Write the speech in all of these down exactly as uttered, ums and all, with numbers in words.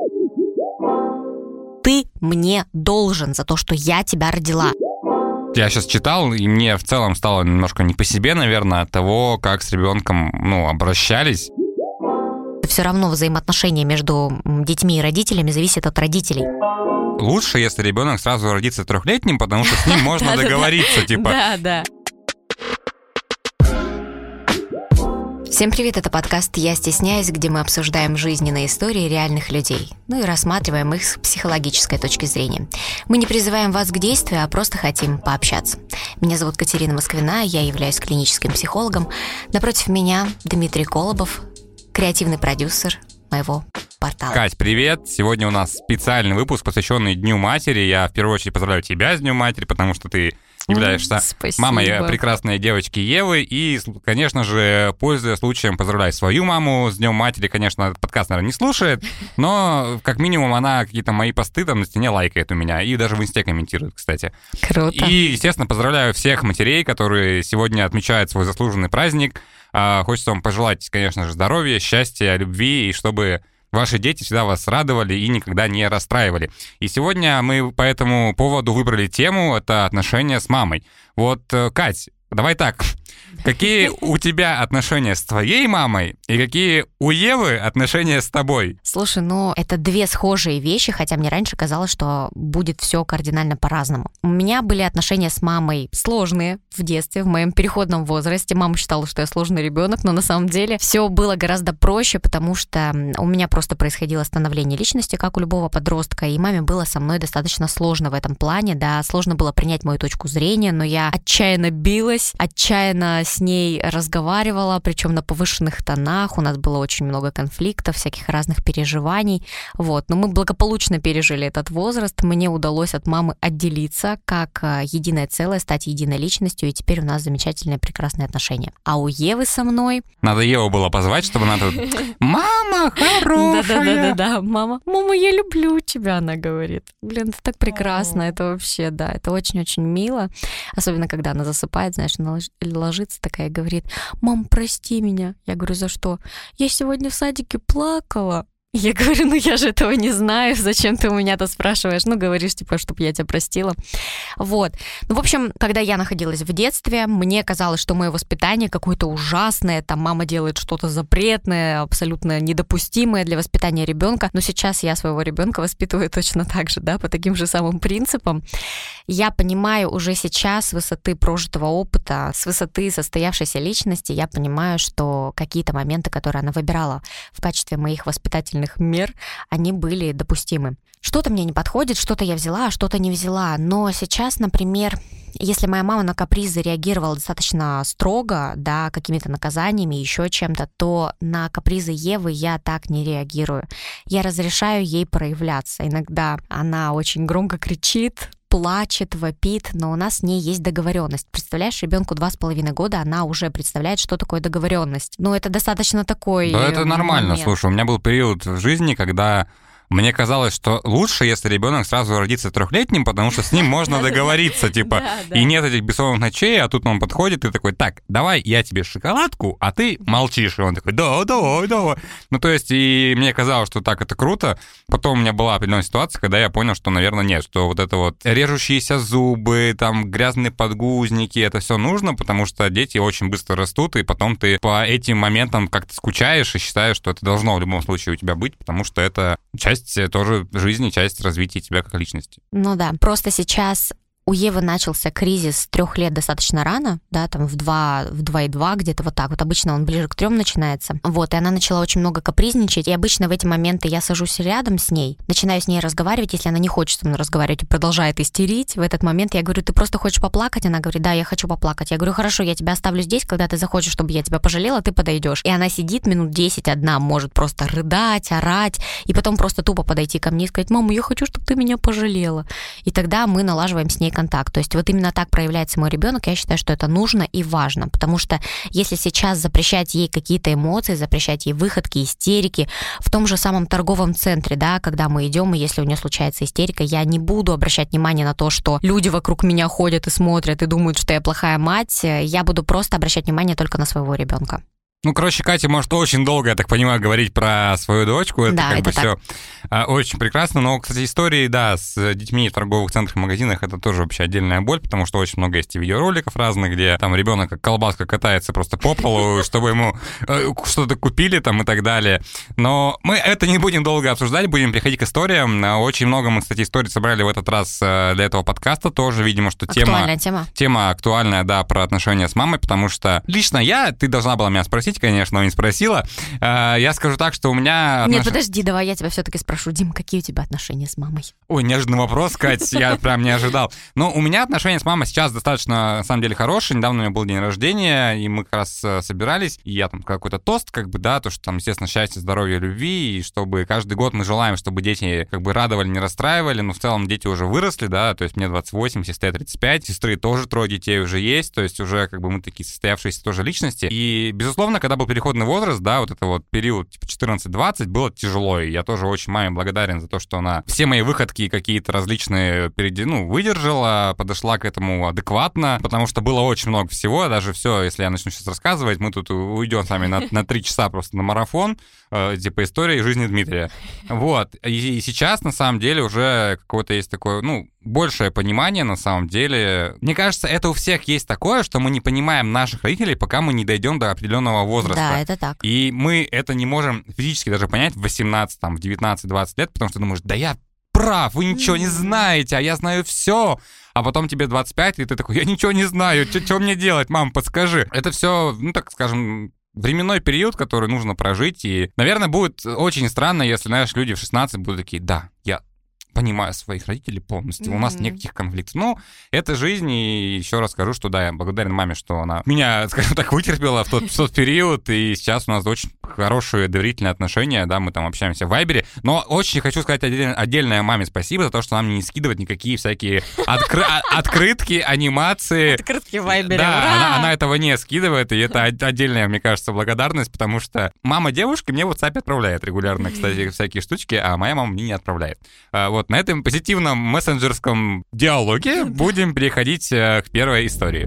Ты мне должен за то, что я тебя родила. Я сейчас читал, и мне в целом стало немножко не по себе, наверное, от того, как с ребенком, ну, обращались. Все равно взаимоотношения между детьми и родителями зависят от родителей. Лучше, если ребенок сразу родится трехлетним, потому что с ним можно договориться, типа. Да, да. Всем привет, это подкаст «Я стесняюсь», где мы обсуждаем жизненные истории реальных людей, ну и рассматриваем их с психологической точки зрения. Мы не призываем вас к действию, а просто хотим пообщаться. Меня зовут Катерина Москвина, я являюсь клиническим психологом. Напротив меня Дмитрий Колобов, креативный продюсер моего портала. Кать, привет! Сегодня у нас специальный выпуск, посвященный Дню матери. Я в первую очередь поздравляю тебя с Днем матери, потому что ты являешься Спасибо. мамой прекрасной девочки Евы. И, конечно же, пользуясь случаем, поздравляю свою маму с Днем матери. Конечно, подкаст, наверное, не слушает, но, как минимум, она какие-то мои посты там на стене лайкает у меня. И даже в инсте комментирует, кстати. Круто. И, естественно, поздравляю всех матерей, которые сегодня отмечают свой заслуженный праздник. Хочется вам пожелать, конечно же, здоровья, счастья, любви, и чтобы ваши дети всегда вас радовали и никогда не расстраивали. И сегодня мы по этому поводу выбрали тему, это отношения с мамой. Вот, Кать, давай так, какие у тебя отношения с твоей мамой и какие у Евы отношения с тобой? Слушай, ну это две схожие вещи, хотя мне раньше казалось, что будет все кардинально по-разному. У меня были отношения с мамой сложные в детстве, в моем переходном возрасте. Мама считала, что я сложный ребенок, но на самом деле все было гораздо проще, потому что у меня просто происходило становление личности, как у любого подростка, и маме было со мной достаточно сложно в этом плане, да, сложно было принять мою точку зрения, но я отчаянно билась, отчаянно с ней разговаривала, причем на повышенных тонах. У нас было очень много конфликтов, всяких разных переживаний. Вот. Но мы благополучно пережили этот возраст. Мне удалось от мамы отделиться как единое целое, стать единой личностью, и теперь у нас замечательные, прекрасные отношения. А у Евы со мной... Надо Еву было позвать, чтобы она тут... Мама хорошая! Да-да-да, мама. Мама, я люблю тебя, она говорит. Блин, это так прекрасно. Это вообще, да, это очень-очень мило. Особенно, когда она засыпает, знаешь, она ложится такая и говорит: «Мам, прости меня». Я говорю: «За что?» «Я сегодня в садике плакала». Я говорю: «Ну я же этого не знаю, зачем ты у меня-то спрашиваешь?» Ну, говоришь, типа, чтобы я тебя простила. Вот. Ну, в общем, когда я находилась в детстве, мне казалось, что мое воспитание какое-то ужасное, там мама делает что-то запретное, абсолютно недопустимое для воспитания ребенка. Но сейчас я своего ребенка воспитываю точно так же, да, по таким же самым принципам. Я понимаю уже сейчас с высоты прожитого опыта, с высоты состоявшейся личности, я понимаю, что какие-то моменты, которые она выбирала в качестве моих воспитательных мер, они были допустимы. Что-то мне не подходит, что-то я взяла, а что-то не взяла. Но сейчас, например, если моя мама на капризы реагировала достаточно строго, да, какими-то наказаниями, еще чем-то, то на капризы Евы я так не реагирую. Я разрешаю ей проявляться. Иногда она очень громко кричит, плачет, вопит, но у нас с ней есть договоренность. Представляешь, ребенку два с половиной года, она уже представляет, что такое договоренность. Ну, это достаточно такой... Да, это нормально. момент. Слушай, у меня был период в жизни, когда мне казалось, что лучше, если ребенок сразу родится трехлетним, потому что с ним можно договориться, типа, и нет этих бессонных ночей, а тут он подходит и такой: так, давай я тебе шоколадку, а ты молчишь. И он такой: да, давай, давай. Ну, то есть, и мне казалось, что так это круто. Потом у меня была определенная ситуация, когда я понял, что, наверное, нет, что вот это вот режущиеся зубы, там, грязные подгузники, это все нужно, потому что дети очень быстро растут, и потом ты по этим моментам как-то скучаешь и считаешь, что это должно в любом случае у тебя быть, потому что это часть тоже жизни, часть развития тебя как личности. Ну да, просто сейчас у Евы начался кризис с трех лет достаточно рано, да, там в два, в два и два, где-то вот так вот. Обычно он ближе к трем начинается. Вот, и она начала очень много капризничать, и обычно в эти моменты я сажусь рядом с ней, начинаю с ней разговаривать, если она не хочет со мной разговаривать и продолжает истерить. В этот момент я говорю: ты просто хочешь поплакать? Она говорит: да, я хочу поплакать. Я говорю: хорошо, я тебя оставлю здесь, когда ты захочешь, чтобы я тебя пожалела, ты подойдешь. И она сидит минут десять одна, может просто рыдать, орать, и потом просто тупо подойти ко мне и сказать: мама, я хочу, чтобы ты меня пожалела. И тогда мы налаживаем с ней контакт. То есть вот именно так проявляется мой ребенок. Я считаю, что это нужно и важно, потому что если сейчас запрещать ей какие-то эмоции, запрещать ей выходки, истерики, в том же самом торговом центре, да, когда мы идем, и если у нее случается истерика, я не буду обращать внимание на то, что люди вокруг меня ходят и смотрят и думают, что я плохая мать. Я буду просто обращать внимание только на своего ребенка. Ну, короче, Катя может очень долго, я так понимаю, говорить про свою дочку. Это да, как это бы так. все очень прекрасно. Но, кстати, истории, да, с детьми в торговых центрах, магазинах, это тоже вообще отдельная боль, потому что очень много есть и видеороликов разных, где там ребенок как колбаска катается просто по полу, чтобы ему что-то купили там и так далее. Но мы это не будем долго обсуждать, будем переходить к историям. Очень много мы, кстати, историй собрали в этот раз для этого подкаста тоже. Видимо, что тема... Актуальная тема. Тема актуальная, да, про отношения с мамой, потому что лично я, ты должна была меня спросить, конечно, но не спросила. Я скажу так, что у меня... Нет, отнош... подожди, давай я тебя все-таки спрошу. Дим, какие у тебя отношения с мамой? Ой, неожиданный вопрос, Кать, я прям не ожидал. Ну, у меня отношения с мамой сейчас достаточно, на самом деле, хорошие. Недавно у меня был день рождения, и мы как раз собирались, и я там какой-то тост, как бы, да, то, что там, естественно, счастье, здоровье, любви, и чтобы каждый год мы желаем, чтобы дети как бы радовали, не расстраивали, но в целом дети уже выросли, да, то есть мне двадцать восемь, сестре тридцать пять, сестры тоже трое детей уже есть, то есть уже как бы мы такие состоявшиеся тоже личности. И, безусловно, когда был переходный возраст, да, вот это вот период типа четырнадцать-двадцать, было тяжело, и я тоже очень маме благодарен за то, что она все мои выходки какие-то различные перед, ну, выдержала, подошла к этому адекватно, потому что было очень много всего, даже все, если я начну сейчас рассказывать, мы тут уйдем с вами на, на три часа просто на марафон, э, типа истории жизни Дмитрия. Вот, и, и сейчас, на самом деле, уже какое-то есть такое, ну, большее понимание, на самом деле. Мне кажется, это у всех есть такое, что мы не понимаем наших родителей, пока мы не дойдем до определенного возраста. Да, это так. И мы это не можем физически даже понять в восемнадцать, там, в девятнадцать-двадцать лет, потому что ты думаешь, да я прав, вы ничего не знаете, а я знаю все. А потом тебе двадцать пять, и ты такой, я ничего не знаю, что мне делать, мам, подскажи. Это все, ну, так скажем, временной период, который нужно прожить. И, наверное, будет очень странно, если, знаешь, люди в шестнадцать будут такие, да, я понимаю своих родителей полностью, mm-hmm. у нас никаких конфликтов. Ну, это жизнь, и еще раз скажу, что да, я благодарен маме, что она меня, скажем так, вытерпела в тот, в тот период, и сейчас у нас очень хорошие доверительные отношения, да, мы там общаемся в Вайбере, но очень хочу сказать отдельно, отдельное маме спасибо за то, что она мне не скидывает никакие всякие откры- открытки, анимации. Открытки в Вайбере, да, она, она этого не скидывает, и это отдельная, мне кажется, благодарность, потому что мама девушки мне в WhatsApp отправляет регулярно, кстати, всякие штучки, а моя мама мне не отправляет. Вот. Вот на этом позитивном мессенджерском диалоге будем переходить к первой истории.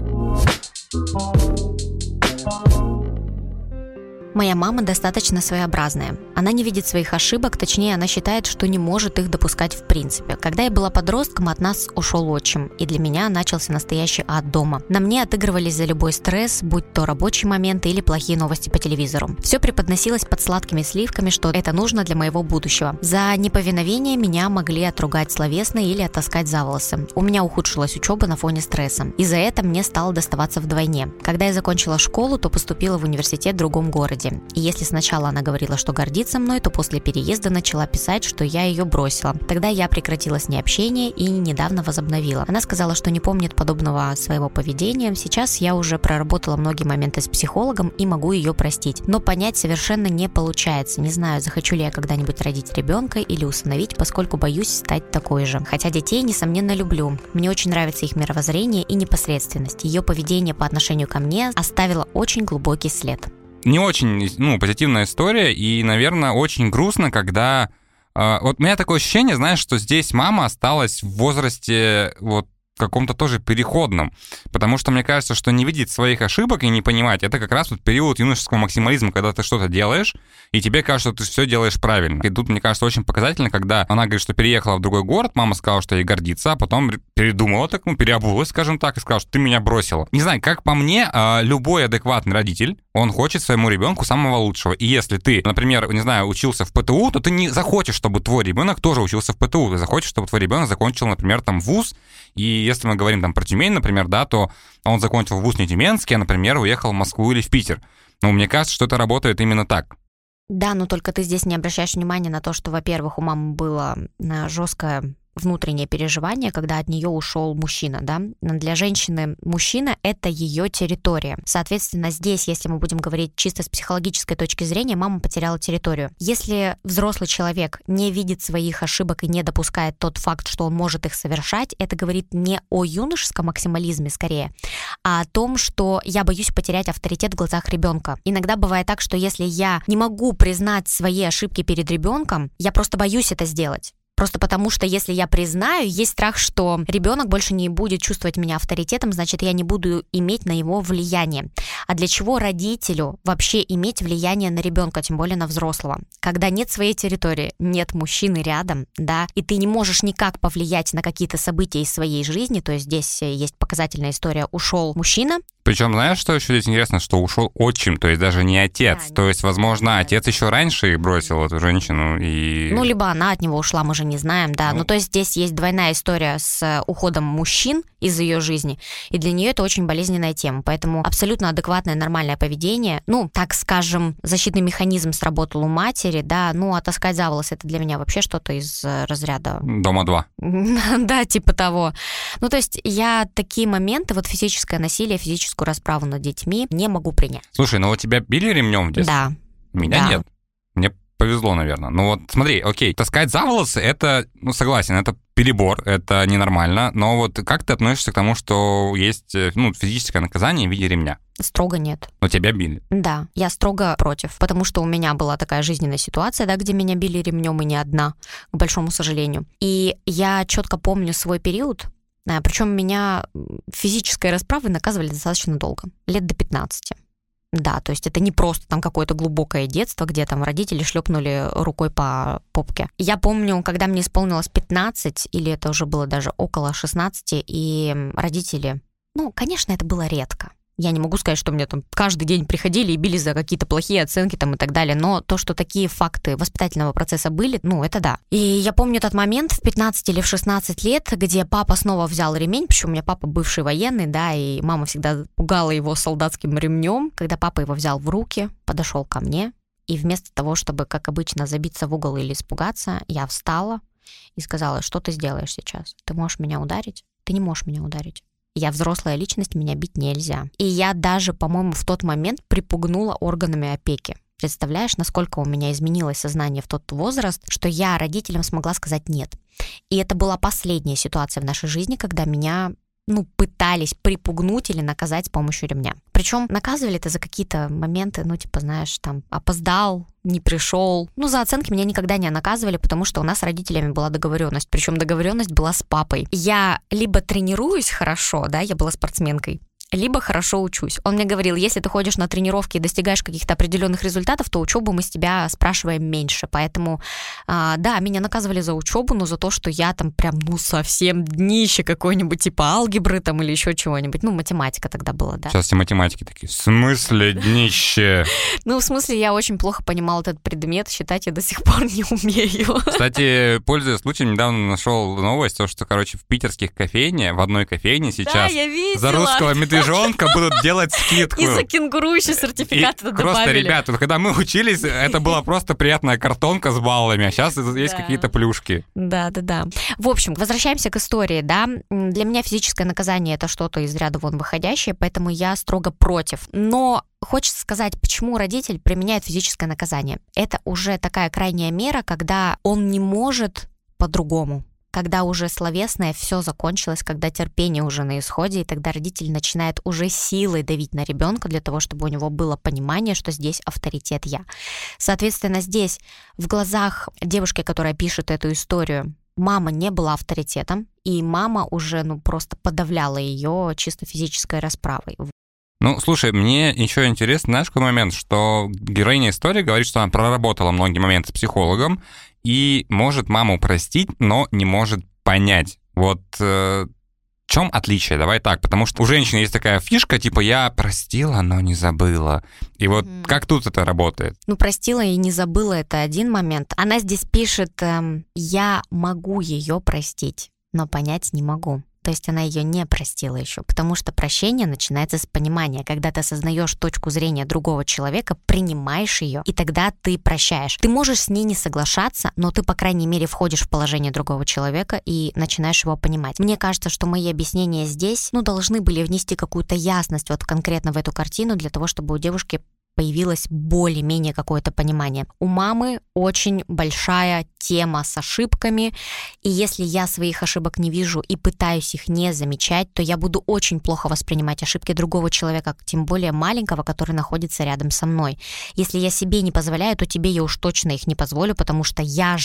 Моя мама достаточно своеобразная. Она не видит своих ошибок, точнее, она считает, что не может их допускать в принципе. Когда я была подростком, от нас ушел отчим, и для меня начался настоящий ад дома. На мне отыгрывались за любой стресс, будь то рабочие моменты или плохие новости по телевизору. Все преподносилось под сладкими сливками, что это нужно для моего будущего. За неповиновение меня могли отругать словесно или оттаскать за волосы. У меня ухудшилась учеба на фоне стресса, и за это мне стало доставаться вдвойне. Когда я закончила школу, то поступила в университет в другом городе. И если сначала она говорила, что гордится мной, то после переезда начала писать, что я ее бросила. Тогда я прекратила с ней общение и недавно возобновила. Она сказала, что не помнит подобного своего поведения. Сейчас я уже проработала многие моменты с психологом и могу ее простить. Но понять совершенно не получается. Не знаю, захочу ли я когда-нибудь родить ребенка или усыновить, поскольку боюсь стать такой же. Хотя детей, несомненно, люблю. Мне очень нравится их мировоззрение и непосредственность. Ее поведение по отношению ко мне оставило очень глубокий след. Не очень, ну, позитивная история, и, наверное, очень грустно, когда... Э, вот у меня такое ощущение, знаешь, что здесь мама осталась в возрасте вот каком-то тоже переходном, потому что мне кажется, что не видеть своих ошибок и не понимать, это как раз вот период юношеского максимализма, когда ты что-то делаешь, и тебе кажется, что ты все делаешь правильно. И тут, мне кажется, очень показательно, когда она говорит, что переехала в другой город, мама сказала, что ей гордится, а потом передумала, так, ну, переобулась, скажем так, и сказала, что ты меня бросила. Не знаю, как по мне, любой адекватный родитель, он хочет своему ребенку самого лучшего. И если ты, например, не знаю, учился в ПТУ, то ты не захочешь, чтобы твой ребенок тоже учился в ПТУ. Ты захочешь, чтобы твой ребенок закончил, например, там вуз. И если мы говорим там про Тюмень, например, да, то он закончил вуз не тюменский, а, например, уехал в Москву или в Питер. Но мне кажется, что это работает именно так. Да, но только ты здесь не обращаешь внимания на то, что, во-первых, у мамы было жесткое внутреннее переживание, когда от нее ушел мужчина, да. Для женщины мужчина — это ее территория. Соответственно, здесь, если мы будем говорить чисто с психологической точки зрения, мама потеряла территорию. Если взрослый человек не видит своих ошибок и не допускает тот факт, что он может их совершать, это говорит не о юношеском максимализме скорее, а о том, что я боюсь потерять авторитет в глазах ребенка. Иногда бывает так, что если я не могу признать свои ошибки перед ребенком, я просто боюсь это сделать. Просто потому, что если я признаю, есть страх, что ребенок больше не будет чувствовать меня авторитетом, значит, я не буду иметь на него влияние. А для чего родителю вообще иметь влияние на ребенка, тем более на взрослого? Когда нет своей территории, нет мужчины рядом, да, и ты не можешь никак повлиять на какие-то события из своей жизни, то есть здесь есть показательная история, ушел мужчина. Причем, знаешь, что еще здесь интересно, что ушел отчим, то есть даже не отец. Да, то есть, возможно, отец еще раньше бросил эту женщину и... Ну, либо она от него ушла, мы же не знаем, да. Ну, ну то есть здесь есть двойная история с уходом мужчин из ее жизни, и для нее это очень болезненная тема. Поэтому абсолютно адекватное, нормальное поведение, ну, так скажем, защитный механизм сработал у матери, да, ну, а таскать за волосы — это для меня вообще что-то из разряда... Дома два. Да, типа того. Ну, то есть я такие моменты, вот физическое насилие, физическую расправу над детьми не могу принять. Слушай, ну вот тебя били ремнем в детстве? Да. Меня да. нет. Мне повезло, наверное. Ну вот смотри, окей, таскать за волосы, это, ну согласен, это перебор, это ненормально, но вот как ты относишься к тому, что есть, ну, физическое наказание в виде ремня? Строго нет. Но тебя били? Да, я строго против, потому что у меня была такая жизненная ситуация, да, где меня били ремнем, и не одна, к большому сожалению. И я четко помню свой период. Причем меня физической расправой наказывали достаточно долго, лет до пятнадцати. Да, то есть это не просто там какое-то глубокое детство, где там родители шлепнули рукой по попке. Я помню, когда мне исполнилось пятнадцать, или это уже было даже около шестнадцати, и родители, ну, конечно, это было редко. Я не могу сказать, что мне там каждый день приходили и били за какие-то плохие оценки там и так далее, но то, что такие факты воспитательного процесса были, ну, это да. И я помню тот момент в пятнадцать или в шестнадцать лет, где папа снова взял ремень, причем у меня папа бывший военный, да, и мама всегда пугала его солдатским ремнем. Когда папа его взял в руки, подошел ко мне, и вместо того, чтобы, как обычно, забиться в угол или испугаться, я встала и сказала: что ты сделаешь сейчас? Ты можешь меня ударить? Ты не можешь меня ударить. Я взрослая личность, меня бить нельзя. И я даже, по-моему, в тот момент припугнула органами опеки. Представляешь, насколько у меня изменилось сознание в тот возраст, что я родителям смогла сказать «нет». И это была последняя ситуация в нашей жизни, когда меня, ну, пытались припугнуть или наказать с помощью ремня. Причем наказывали это за какие-то моменты, ну, типа, знаешь, там, опоздал, не пришел. Ну, за оценки меня никогда не наказывали, потому что у нас с родителями была договоренность. Причем договоренность была с папой. Я либо тренируюсь хорошо, да, я была спортсменкой, либо хорошо учусь. Он мне говорил: если ты ходишь на тренировки и достигаешь каких-то определенных результатов, то учебу мы с тебя спрашиваем меньше. Поэтому, а, да, меня наказывали за учебу, но за то, что я там прям, ну, совсем днище какой-нибудь, типа алгебры там или еще чего-нибудь. Ну, математика тогда была, да. Сейчас все математики такие: в смысле днище? Ну, в смысле, я очень плохо понимала этот предмет, считать я до сих пор не умею. Кстати, пользуясь случаем, недавно нашел новость, то, что, короче, в питерских кофейнях, в одной кофейне сейчас за русского медвежонка будут делать скидку. И за кенгуру еще сертификат добавили. Просто, ребята, когда мы учились, это была просто приятная картонка с баллами, а сейчас есть да. какие-то плюшки. Да, да, да. В общем, возвращаемся к истории, да. Для меня физическое наказание — это что-то из ряда вон выходящее, поэтому я строго против. Но хочется сказать, почему родитель применяет физическое наказание. Это уже такая крайняя мера, когда он не может по-другому. Когда уже словесное все закончилось, когда терпение уже на исходе, и тогда родитель начинает уже силой давить на ребенка для того, чтобы у него было понимание, что здесь авторитет я. Соответственно, здесь в глазах девушки, которая пишет эту историю, мама не была авторитетом, и мама уже, ну, просто подавляла ее чисто физической расправой. Ну, слушай, мне еще интересно, знаешь, какой момент, что героиня истории говорит, что она проработала многие моменты с психологом и может маму простить, но не может понять. Вот э, в чем отличие? Давай так, потому что у женщины есть такая фишка, типа я простила, но не забыла. И вот mm. как тут это работает? Ну, простила и не забыла — это один момент. Она здесь пишет: эм, я могу ее простить, но понять не могу. То есть она ее не простила еще, потому что прощение начинается с понимания. Когда ты осознаешь точку зрения другого человека, принимаешь ее, и тогда ты прощаешь. Ты можешь с ней не соглашаться, но ты, по крайней мере, входишь в положение другого человека и начинаешь его понимать. Мне кажется, что мои объяснения здесь, ну, должны были внести какую-то ясность вот конкретно в эту картину для того, чтобы у девушки появилось более-менее какое-то понимание. У мамы очень большая тема с ошибками, и если я своих ошибок не вижу и пытаюсь их не замечать, то я буду очень плохо воспринимать ошибки другого человека, тем более маленького, который находится рядом со мной. Если я себе не позволяю, то тебе я уж точно их не позволю, потому что я же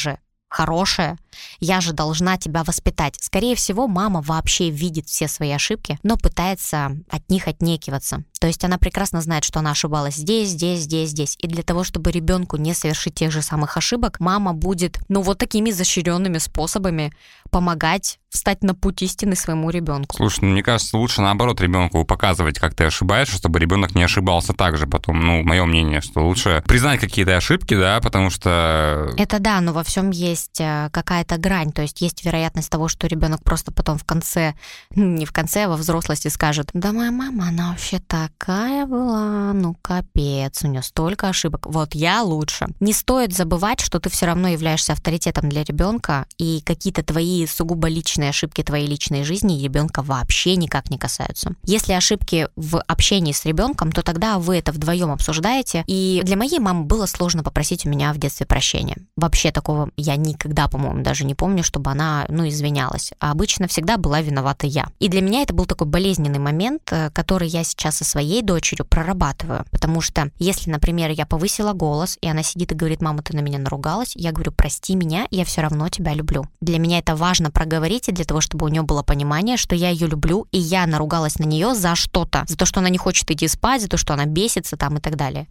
хорошая, я же должна тебя воспитать. Скорее всего, мама вообще видит все свои ошибки, но пытается от них отнекиваться. То есть она прекрасно знает, что она ошибалась здесь, здесь, здесь, здесь. И для того, чтобы ребенку не совершить тех же самых ошибок, мама будет, ну, вот такими изощренными способами помогать встать на путь истины своему ребенку. Слушай, ну, мне кажется, лучше наоборот ребенку показывать, как ты ошибаешься, чтобы ребенок не ошибался так же потом. Ну, мое мнение, что лучше признать какие-то ошибки, да, потому что... Это да, но во всем есть какая-то грань, то есть есть вероятность того, что ребенок просто потом в конце, не в конце, а во взрослости скажет: да моя мама, она вообще такая была, ну капец, у нее столько ошибок. Вот я лучше. Не стоит забывать, что ты все равно являешься авторитетом для ребенка, и какие-то твои сугубо личные ошибки твоей личной жизни ребенка вообще никак не касаются. Если ошибки в общении с ребенком, то тогда вы это вдвоем обсуждаете. И для моей мамы было сложно попросить у меня в детстве прощения. Вообще такого я никогда, по-моему, даже не помню, чтобы она, ну, извинялась. А обычно всегда была виновата я. И для меня это был такой болезненный момент, который я сейчас со своей дочерью прорабатываю. Потому что если, например, я повысила голос, и она сидит и говорит: мама, ты на меня наругалась, я говорю: прости меня, я все равно тебя люблю. Для меня это важно проговорить, и для того, чтобы у нее было понимание, что я ее люблю, и я наругалась на нее за что-то. За то, что она не хочет идти спать, за то, что она бесится там и так далее.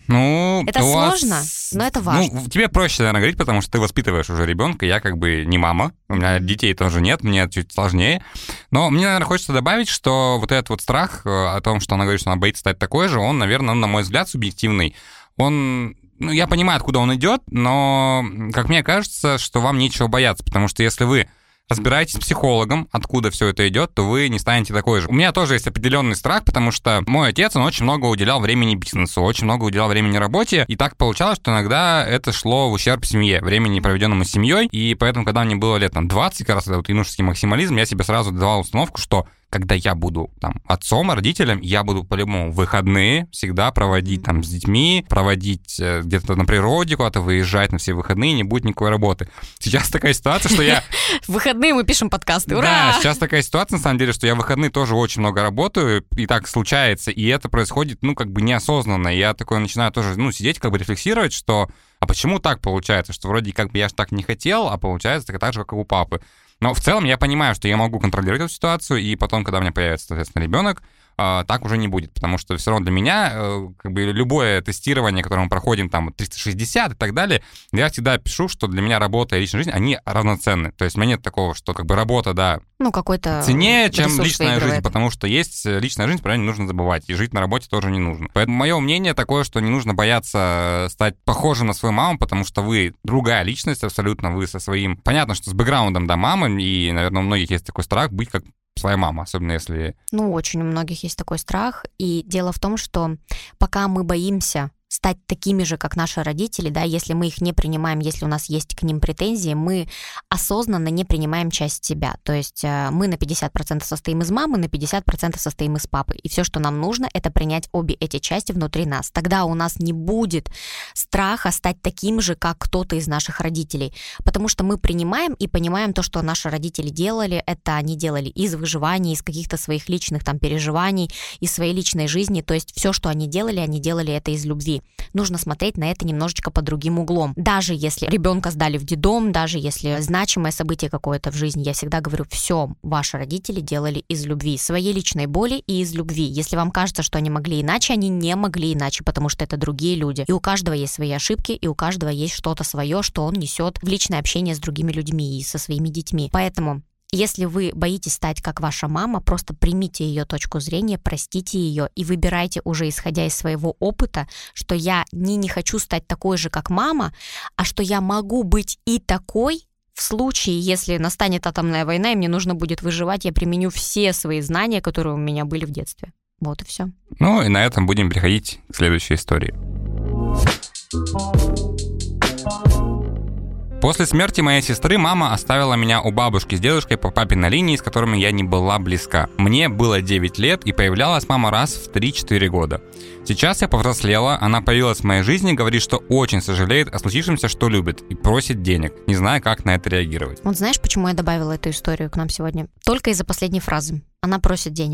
Ну, это сложно, вас... но это важно. Ну, тебе проще, наверное, говорить, потому что ты воспитываешь уже ребенка. Я как бы не мама, у меня детей тоже нет, мне чуть сложнее. Но мне, наверное, хочется добавить, что вот этот вот страх о том, что она говорит, что она боится стать такой же, он, наверное, на мой взгляд, субъективный. Он... Ну, я понимаю, откуда он идет, но, как мне кажется, что вам нечего бояться, потому что если вы разбираетесь с психологом, откуда все это идет, то вы не станете такой же. У меня тоже есть определенный страх, потому что мой отец, он очень много уделял времени бизнесу, очень много уделял времени работе, и так получалось, что иногда это шло в ущерб семье, времени, проведенному с семьей, и поэтому, когда мне было лет там двадцать, как раз этот вот юношеский максимализм, я себе сразу давал установку, что когда я буду там отцом, родителем, я буду по-любому выходные всегда проводить там с детьми, проводить э, где-то на природе, куда-то выезжать на все выходные, не будет никакой работы. Сейчас такая ситуация, что я... В выходные мы пишем подкасты, ура! Да, сейчас такая ситуация, на самом деле, что я в выходные тоже очень много работаю, и так случается, и это происходит, ну, как бы неосознанно. Я такой начинаю тоже, ну, сидеть, как бы рефлексировать, что... А почему так получается, что вроде как бы я же так не хотел, а получается так же, как и у папы. Но в целом я понимаю, что я могу контролировать эту ситуацию, и потом, когда у меня появится, соответственно, ребенок, так уже не будет, потому что все равно для меня как бы любое тестирование, которое мы проходим, там, триста шестьдесят и так далее, я всегда пишу, что для меня работа и личная жизнь, они равноценны. То есть у меня нет такого, что как бы работа, да, ну, какой-то ценнее, чем личная выигрывает. жизнь, потому что есть личная жизнь, про нее не нужно забывать, и жить на работе тоже не нужно. Поэтому мое мнение такое, что не нужно бояться стать похожим на свою маму, потому что вы другая личность абсолютно, вы со своим... Понятно, что с бэкграундом, да, мамы, и, наверное, у многих есть такой страх быть как своя мама, особенно если... Ну, очень у многих есть такой страх, и дело в том, что пока мы боимся стать такими же, как наши родители, да, если мы их не принимаем, если у нас есть к ним претензии, мы осознанно не принимаем часть себя. То есть мы на пятьдесят процентов состоим из мамы, на пятьдесят процентов состоим из папы. И все, что нам нужно, это принять обе эти части внутри нас. Тогда у нас не будет страха стать таким же, как кто-то из наших родителей. Потому что мы принимаем и понимаем то, что наши родители делали, это они делали из выживания, из каких-то своих личных там переживаний, из своей личной жизни. То есть все, что они делали, они делали это из любви. Нужно смотреть на это немножечко под другим углом. Даже если ребенка сдали в детдом, даже если значимое событие какое-то в жизни, я всегда говорю: все, ваши родители делали из любви, своей личной боли и из любви. Если вам кажется, что они могли иначе, они не могли иначе, потому что это другие люди. И у каждого есть свои ошибки, и у каждого есть что-то свое, что он несет в личное общение с другими людьми и со своими детьми. Поэтому если вы боитесь стать как ваша мама, просто примите ее точку зрения, простите ее и выбирайте уже, исходя из своего опыта, что я не, не хочу стать такой же, как мама, а что я могу быть и такой. В случае, если настанет атомная война, и мне нужно будет выживать, я применю все свои знания, которые у меня были в детстве. Вот и все. Ну и на этом будем переходить к следующей истории. После смерти моей сестры мама оставила меня у бабушки с дедушкой по папиной линии, с которыми я не была близка. Мне было девять лет, и появлялась мама раз в три-четыре года. Сейчас я повзрослела, она появилась в моей жизни, говорит, что очень сожалеет о случившемся, что любит, и просит денег. Не знаю, как на это реагировать. Вот знаешь, почему я добавила эту историю к нам сегодня? Только из-за последней фразы. Она просит денег.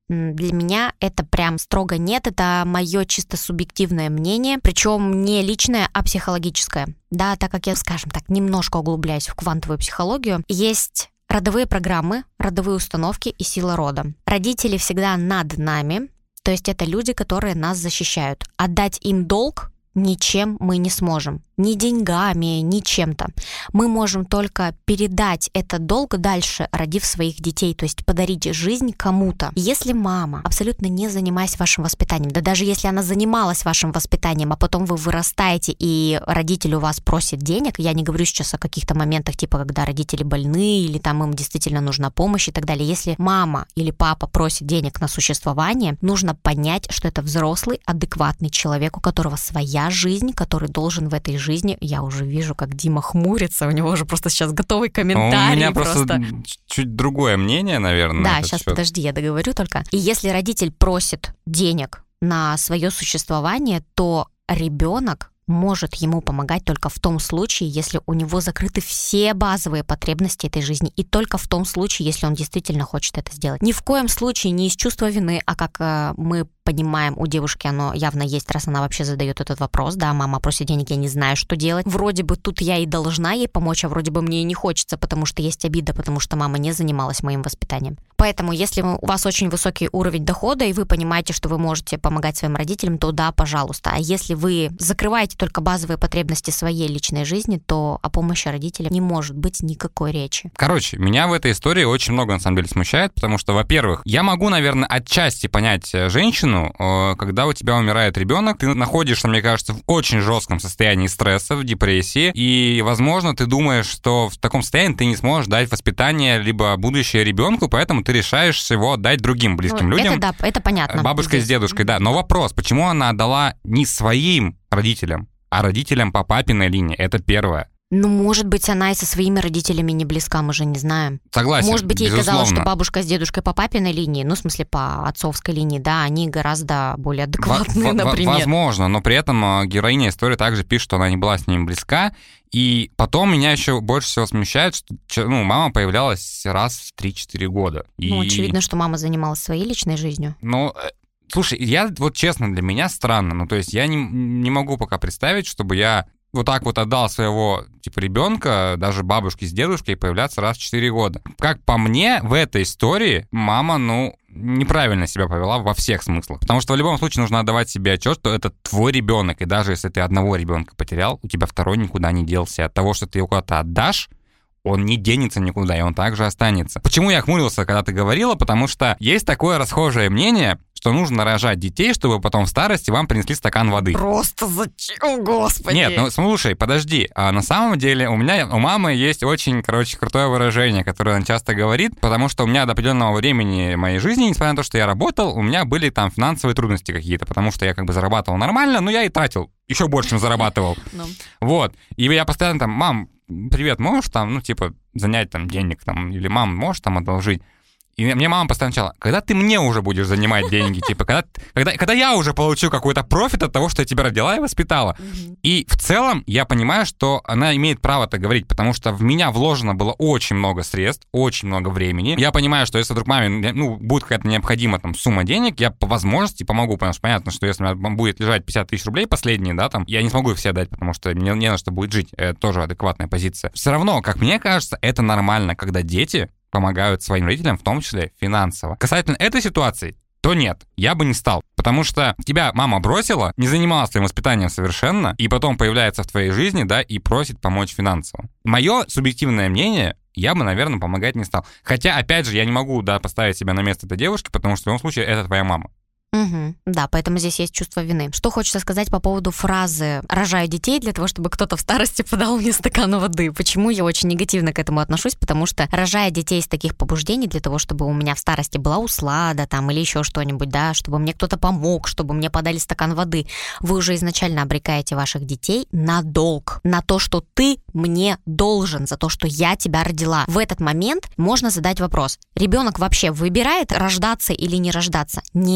Для меня это прям строго нет, это мое чисто субъективное мнение, причем не личное, а психологическое. Да, так как я, скажем так, немножко углубляюсь в квантовую психологию, есть родовые программы, родовые установки и сила рода. Родители всегда над нами, то есть это люди, которые нас защищают. Отдать им долг ничем мы не сможем. Ни деньгами, ни чем-то. Мы можем только передать этот долг дальше, родив своих детей, то есть подарить жизнь кому-то. Если мама, абсолютно не занимаясь вашим воспитанием, да даже если она занималась вашим воспитанием, а потом вы вырастаете и родитель у вас просит денег, я не говорю сейчас о каких-то моментах, типа когда родители больны или там им действительно нужна помощь и так далее. Если мама или папа просит денег на существование, нужно понять, что это взрослый, адекватный человек, у которого своя жизнь, который должен в этой жизни жизни, я уже вижу, как Дима хмурится, у него уже просто сейчас готовый комментарий. У меня просто, просто чуть другое мнение, наверное. Да, сейчас, счет. Подожди, я договорю только. И если родитель просит денег на свое существование, то ребенок может ему помогать только в том случае, если у него закрыты все базовые потребности этой жизни, и только в том случае, если он действительно хочет это сделать. Ни в коем случае не из чувства вины, а как э, мы понимаем, у девушки оно явно есть, раз она вообще задает этот вопрос, да, мама просит денег, я не знаю, что делать. Вроде бы тут я и должна ей помочь, а вроде бы мне и не хочется, потому что есть обида, потому что мама не занималась моим воспитанием. Поэтому, если у вас очень высокий уровень дохода, и вы понимаете, что вы можете помогать своим родителям, то да, пожалуйста. А если вы закрываете только базовые потребности своей личной жизни, то о помощи родителям не может быть никакой речи. Короче, меня в этой истории очень много, на самом деле, смущает, потому что, во-первых, я могу, наверное, отчасти понять женщину, когда у тебя умирает ребенок, ты находишься, мне кажется, в очень жестком состоянии стресса, в депрессии, и, возможно, ты думаешь, что в таком состоянии ты не сможешь дать воспитание либо будущее ребенку, поэтому ты решаешь его отдать другим близким ну, людям. Это да, это понятно. Бабушкой с дедушкой, да. Но вопрос, почему она отдала не своим родителям, а родителям по папиной линии? Это первое. Ну, может быть, она и со своими родителями не близка, мы же не знаем. Согласен, Может быть, ей безусловно. казалось, что бабушка с дедушкой по папиной линии, ну, в смысле, по отцовской линии, да, они гораздо более адекватные, в- например. Возможно, но при этом героиня истории также пишет, что она не была с ним близка. И потом меня еще больше всего смущает, что ну, мама появлялась раз в три-четыре года. Ну, и... очевидно, что мама занималась своей личной жизнью. Ну, слушай, я вот честно, для меня странно. Ну, то есть я не, не могу пока представить, чтобы я вот так вот отдал своего, типа, ребенка, даже бабушке с дедушкой, появляться раз в четыре года. Как по мне, в этой истории мама, ну, неправильно себя повела во всех смыслах. Потому что в любом случае нужно отдавать себе отчет, что это твой ребенок, и даже если ты одного ребенка потерял, у тебя второй никуда не делся. От того, что ты его куда-то отдашь, он не денется никуда, и он также останется. Почему я хмурился, когда ты говорила? Потому что есть такое расхожее мнение, что нужно рожать детей, чтобы потом в старости вам принесли стакан воды. Просто зачем, господи? Нет, ну слушай, подожди. А на самом деле у меня, у мамы есть очень, короче, крутое выражение, которое она часто говорит, потому что у меня до определенного времени моей жизни, несмотря на то, что я работал, у меня были там финансовые трудности какие-то, потому что я как бы зарабатывал нормально, но я и тратил еще больше, чем зарабатывал. Вот. И я постоянно там, мам, привет, можешь там, ну, типа, занять там денег там, или мам, можешь там одолжить? И мне мама постоянно сказала, когда ты мне уже будешь занимать деньги, типа, когда, когда, когда я уже получу какой-то профит от того, что я тебя родила и воспитала. Mm-hmm. И в целом я понимаю, что она имеет право так говорить, потому что в меня вложено было очень много средств, очень много времени. Я понимаю, что если вдруг маме, ну, будет какая-то необходима там сумма денег, я по возможности помогу, потому что понятно, что если у меня будет лежать пятьдесят тысяч рублей последние, да, там, я не смогу их все дать, потому что мне не на что будет жить. Это тоже адекватная позиция. Все равно, как мне кажется, это нормально, когда дети помогают своим родителям, в том числе финансово. Касательно этой ситуации, то нет, я бы не стал. Потому что тебя мама бросила, не занималась твоим воспитанием совершенно, и потом появляется в твоей жизни, да, и просит помочь финансово. Мое субъективное мнение, я бы, наверное, помогать не стал. Хотя, опять же, я не могу, да, поставить себя на место этой девушки, потому что в любом случае это твоя мама. Угу. Да, поэтому здесь есть чувство вины. Что хочется сказать по поводу фразы «рожаю детей для того, чтобы кто-то в старости подал мне стакан воды». Почему я очень негативно к этому отношусь? Потому что, рожая детей из таких побуждений для того, чтобы у меня в старости была услада там или еще что-нибудь, да, чтобы мне кто-то помог, чтобы мне подали стакан воды, вы уже изначально обрекаете ваших детей на долг, на то, что ты мне должен за то, что я тебя родила. В этот момент можно задать вопрос: ребенок вообще выбирает рождаться или не рождаться? Нет.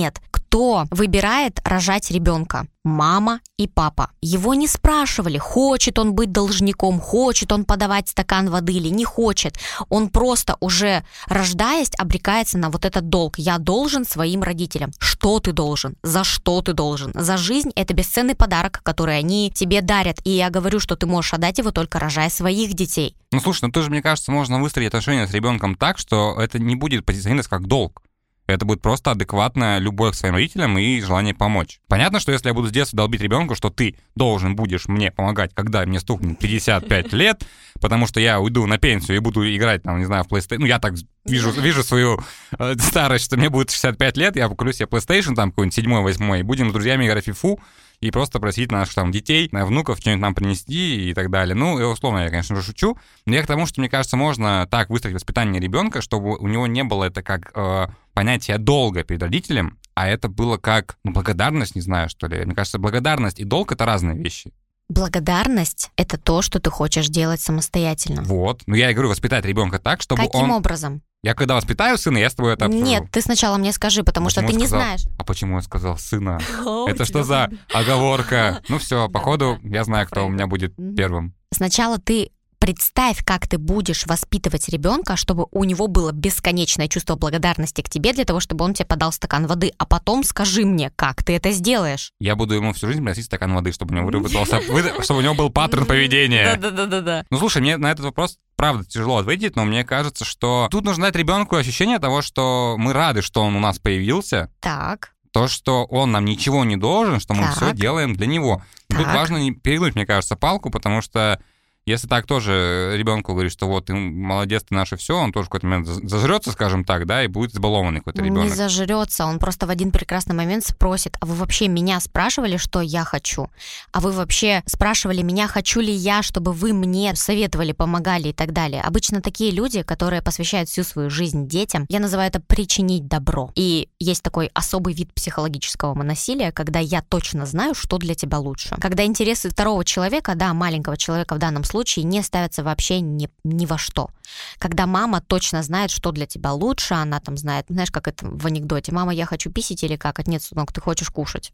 кто выбирает рожать ребенка? Мама и папа. Его не спрашивали, хочет он быть должником, хочет он подавать стакан воды или не хочет. Он просто уже, рождаясь, обрекается на вот этот долг. Я должен своим родителям. Что ты должен? За что ты должен? За жизнь — это бесценный подарок, который они тебе дарят. И я говорю, что ты можешь отдать его, только рожая своих детей. Ну, слушай, ну тоже, мне кажется, можно выстроить отношения с ребенком так, что это не будет позиционироваться как долг. Это будет просто адекватная любовь к своим родителям и желание помочь. Понятно, что если я буду с детства долбить ребенку, что ты должен будешь мне помогать, когда мне стукнет пятьдесят пять лет, потому что я уйду на пенсию и буду играть, там, не знаю, в PlayStation. Ну, я так вижу, вижу свою э, старость, что мне будет шестьдесят пять лет, я куплю себе PlayStation, там, какой-нибудь седьмой, восьмой, и будем с друзьями играть в фифу, и просто просить наших там детей, внуков что-нибудь нам принести и так далее. Ну, и условно, я, конечно же, шучу. Но я к тому, что, мне кажется, можно так выстроить воспитание ребенка, чтобы у него не было это как э, понятие долга перед родителем, а это было как ну, благодарность, не знаю, что ли. Мне кажется, благодарность и долг — это разные вещи. Благодарность — это то, что ты хочешь делать самостоятельно. Вот. Ну, я и говорю, воспитать ребенка так, чтобы Каким он... Каким образом? Я когда воспитаю сына, я с тобой это обсужу. Нет, ты сначала мне скажи, потому почему что ты не сказал... знаешь. А почему я сказал сына? Это что за оговорка? Ну все, походу, я знаю, кто у меня будет первым. Сначала ты представь, как ты будешь воспитывать ребенка, чтобы у него было бесконечное чувство благодарности к тебе для того, чтобы он тебе подал стакан воды, а потом скажи мне, как ты это сделаешь. Я буду ему всю жизнь приносить стакан воды, чтобы у него выработался, чтобы у него был паттерн поведения. Да-да-да-да. Ну слушай, мне на этот вопрос правда тяжело ответить, но мне кажется, что тут нужно дать ребенку ощущение того, что мы рады, что он у нас появился. Так. То, что он нам ничего не должен, что мы так. все делаем для него. Так. Тут важно не перегнуть, мне кажется, палку, потому что если так тоже ребенку говорить, что вот ты молодец, ты наше все, он тоже в какой-то момент зажрется, скажем так, да, и будет избалованный какой-то ребенок. Не зажрется, он просто в один прекрасный момент спросит: а вы вообще меня спрашивали, что я хочу? А вы вообще спрашивали меня, хочу ли я, чтобы вы мне советовали, помогали и так далее? Обычно такие люди, которые посвящают всю свою жизнь детям, я называю это причинить добро. И есть такой особый вид психологического насилия, когда я точно знаю, что для тебя лучше. Когда интересы второго человека, да, маленького человека в данном случае, случае не ставятся вообще ни, ни во что. Когда мама точно знает, что для тебя лучше, она там знает, знаешь, как это в анекдоте: мама, я хочу писать или как? Нет, сынок, ты хочешь кушать.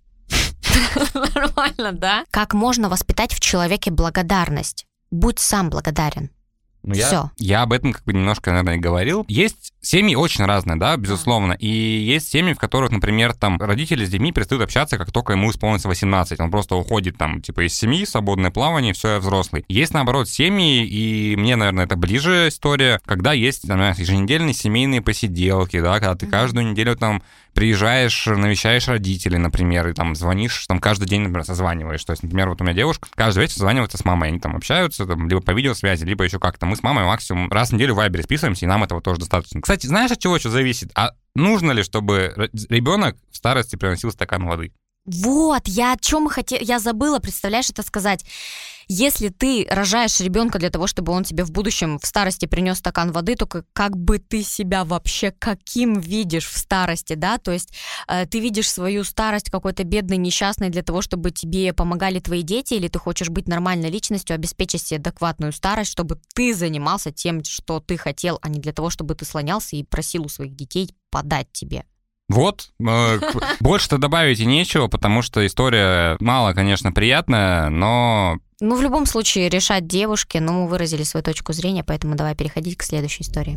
Нормально, да? Как можно воспитать в человеке благодарность? Будь сам благодарен. Ну, я, я об этом как бы немножко, наверное, и говорил. Есть семьи очень разные, да, безусловно. И есть семьи, в которых, например, там родители с детьми перестают общаться, как только ему исполнится восемнадцать. Он просто уходит там, типа, из семьи, свободное плавание, все, я взрослый. Есть, наоборот, семьи, и мне, наверное, это ближе история, когда есть, например, еженедельные семейные посиделки, да, когда ты каждую неделю там приезжаешь, навещаешь родителей, например, и там звонишь, там каждый день, например, созваниваешь. То есть, например, вот у меня девушка каждый вечер созванивается с мамой, они там общаются, там, либо по видеосвязи, либо еще как-то. Мы с мамой максимум раз в неделю в Вайбере списываемся, и нам этого тоже достаточно. Кстати, знаешь, от чего еще зависит? А нужно ли, чтобы ребенок в старости приносил стакан воды? Вот, я о чем хотела, я забыла, представляешь, это сказать. Если ты рожаешь ребенка для того, чтобы он тебе в будущем в старости принес стакан воды, то как, как бы ты себя вообще каким видишь в старости, да? То есть э, ты видишь свою старость какой-то бедной, несчастной для того, чтобы тебе помогали твои дети, или ты хочешь быть нормальной личностью, обеспечить себе адекватную старость, чтобы ты занимался тем, что ты хотел, а не для того, чтобы ты слонялся и просил у своих детей подать тебе. Вот, э, больше-то добавить и нечего, потому что история мало, конечно, приятная, но... Ну, в любом случае, решать девушке, но мы выразили свою точку зрения, поэтому давай переходить к следующей истории.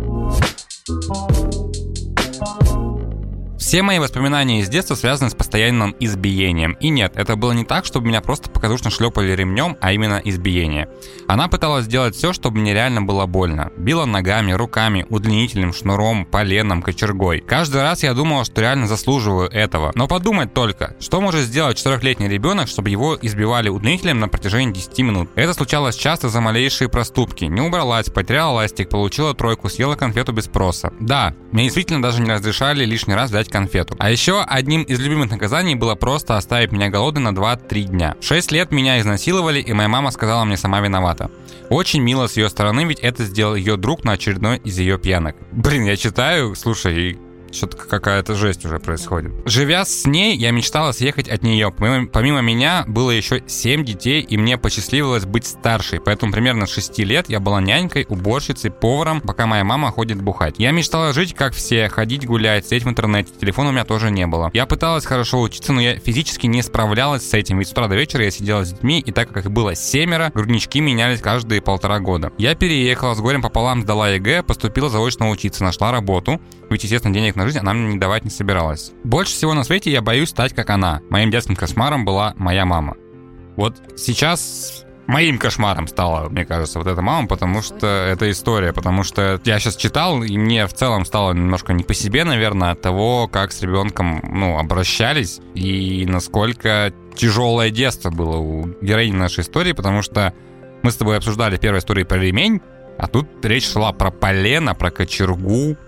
Все мои воспоминания из детства связаны с постоянным избиением. И нет, это было не так, чтобы меня просто показушно шлепали ремнем, а именно избиение. Она пыталась сделать все, чтобы мне реально было больно. Била ногами, руками, удлинителем, шнуром, поленом, кочергой. Каждый раз я думала, что реально заслуживаю этого. Но подумать только, что может сделать четырехлетний ребенок, чтобы его избивали удлинителем на протяжении десяти минут. Это случалось часто за малейшие проступки. Не убралась, потеряла ластик, получила тройку, съела конфету без спроса. Да, мне действительно даже не разрешали лишний раз взять конфету. А еще одним из любимых наказаний было просто оставить меня голодной на два-три дня. В шесть лет меня изнасиловали, и моя мама сказала мне сама виновата. Очень мило с ее стороны, ведь это сделал ее друг на очередной из ее пьянок. Блин, я читаю, слушай, что-то какая-то жесть уже происходит. Живя с ней, я мечтала съехать от нее. Помимо, помимо меня было еще семь детей, и мне посчастливилось быть старшей. Поэтому примерно с шести лет я была нянькой, уборщицей, поваром, пока моя мама ходит бухать. Я мечтала жить как все, ходить гулять, сидеть в интернете. Телефона у меня тоже не было. Я пыталась хорошо учиться, но я физически не справлялась с этим. Ведь с утра до вечера я сидела с детьми, и так как их было семеро, груднички менялись каждые полтора года. Я переехала, с горем пополам сдала ЕГЭ, поступила заочно учиться, нашла работу. Ведь, естественно, денег на жизнь она мне не давать не собиралась. Больше всего на свете я боюсь стать как она. Моим детским кошмаром была моя мама. Вот сейчас моим кошмаром стала, мне кажется, вот эта мама, потому что это история, потому что я сейчас читал, и мне в целом стало немножко не по себе, наверное, от того, как с ребенком, ну, обращались, и насколько тяжелое детство было у героини нашей истории, потому что мы с тобой обсуждали в первой истории про ремень, а тут речь шла про полено, про кочергу.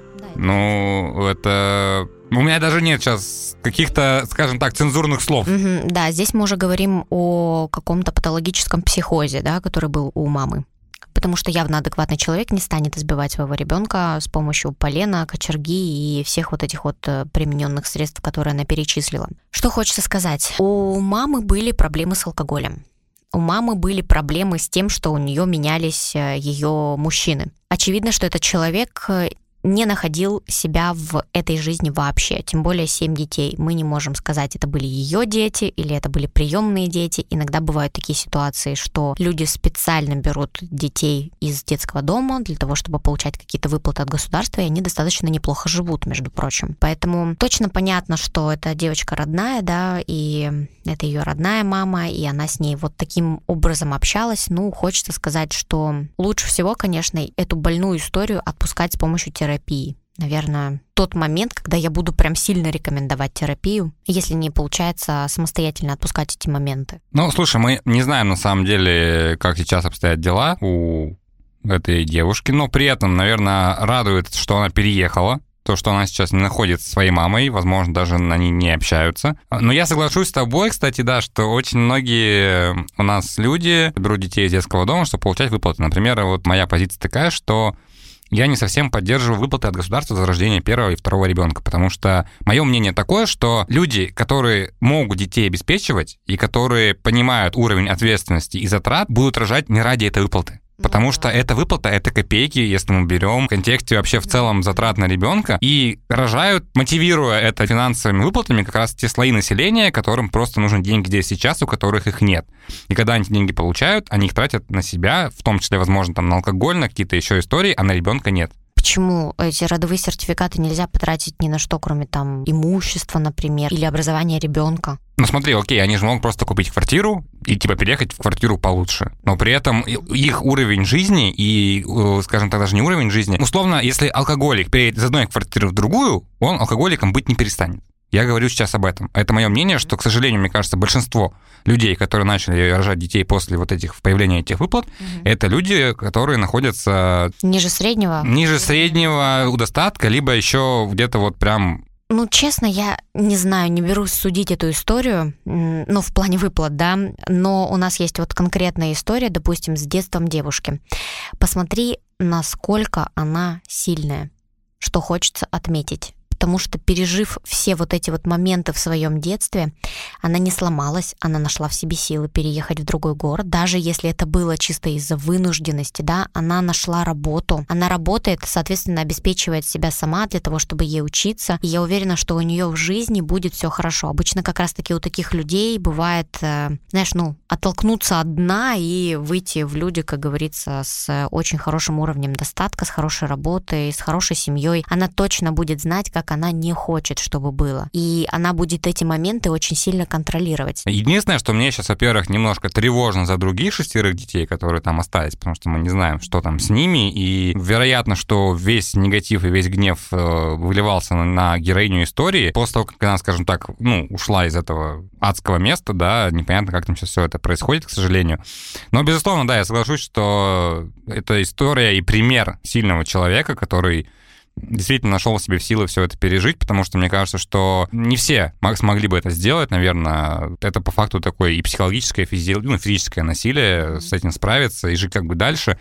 Ну, это... У меня даже нет сейчас каких-то, скажем так, цензурных слов. Mm-hmm, да, здесь мы уже говорим о каком-то патологическом психозе, да, который был у мамы. Потому что явно адекватный человек не станет избивать своего ребенка с помощью полена, кочерги и всех вот этих вот примененных средств, которые она перечислила. Что хочется сказать? У мамы были проблемы с алкоголем. У мамы были проблемы с тем, что у нее менялись ее мужчины. Очевидно, что этот человек не находил себя в этой жизни вообще, тем более семь детей. Мы не можем сказать, это были ее дети или это были приемные дети. Иногда бывают такие ситуации, что люди специально берут детей из детского дома для того, чтобы получать какие-то выплаты от государства, и они достаточно неплохо живут, между прочим. Поэтому точно понятно, что эта девочка родная, да, и это ее родная мама, и она с ней вот таким образом общалась. Ну, хочется сказать, что лучше всего, конечно, эту больную историю отпускать с помощью терапии. терапии. Наверное, тот момент, когда я буду прям сильно рекомендовать терапию, если не получается самостоятельно отпускать эти моменты. Ну, слушай, мы не знаем на самом деле, как сейчас обстоят дела у этой девушки, но при этом, наверное, радует, что она переехала, то, что она сейчас не находится со своей мамой, возможно, даже они не общаются. Но я соглашусь с тобой, кстати, да, что очень многие у нас люди берут детей из детского дома, чтобы получать выплаты. Например, вот моя позиция такая, что я не совсем поддерживаю выплаты от государства за рождение первого и второго ребенка, потому что мое мнение такое, что люди, которые могут детей обеспечивать и которые понимают уровень ответственности и затрат, будут рожать не ради этой выплаты. Потому что эта выплата — это копейки, если мы берем в контексте вообще в целом затрат на ребенка, и рожают, мотивируя это финансовыми выплатами, как раз те слои населения, которым просто нужны деньги здесь сейчас, у которых их нет. И когда они эти деньги получают, они их тратят на себя, в том числе, возможно, там, на алкоголь, на какие-то еще истории, а на ребенка нет. Почему эти родовые сертификаты нельзя потратить ни на что, кроме там имущества, например, или образования ребенка? Ну смотри, окей, они же могут просто купить квартиру и типа переехать в квартиру получше. Но при этом их уровень жизни и, скажем так, даже не уровень жизни, условно, если алкоголик переедет из одной квартиры в другую, он алкоголиком быть не перестанет. Я говорю сейчас об этом. Это мое мнение, что, к сожалению, мне кажется, большинство людей, которые начали рожать детей после вот этих появления этих выплат, угу. это люди, которые находятся... Ниже среднего? Ниже среднего у достатка, либо еще где-то вот прям... Ну, честно, я не знаю, не берусь судить эту историю, ну, в плане выплат, да, но у нас есть вот конкретная история, допустим, с детством девушки. Посмотри, насколько она сильная, что хочется отметить. Потому что, пережив все вот эти вот моменты в своем детстве, она не сломалась, она нашла в себе силы переехать в другой город, даже если это было чисто из-за вынужденности, да, она нашла работу, она работает, соответственно, обеспечивает себя сама для того, чтобы ей учиться, и я уверена, что у нее в жизни будет все хорошо. Обычно как раз-таки у таких людей бывает, знаешь, ну, оттолкнуться от дна и выйти в люди, как говорится, с очень хорошим уровнем достатка, с хорошей работой, с хорошей семьей. Она точно будет знать, как она не хочет, чтобы было. И она будет эти моменты очень сильно контролировать. Единственное, что мне сейчас, во-первых, немножко тревожно за других шестерых детей, которые там остались, потому что мы не знаем, что там с ними, и вероятно, что весь негатив и весь гнев выливался на героиню истории. После того, как она, скажем так, ну, ушла из этого адского места, да, непонятно, как там сейчас все это происходит, к сожалению. Но, безусловно, да, я соглашусь, что это история и пример сильного человека, который действительно нашел в себе в силы все это пережить, потому что мне кажется, что не все смогли бы это сделать, наверное. Это по факту такое и психологическое, и физи... ну, физическое насилие, с этим справиться и жить как бы дальше.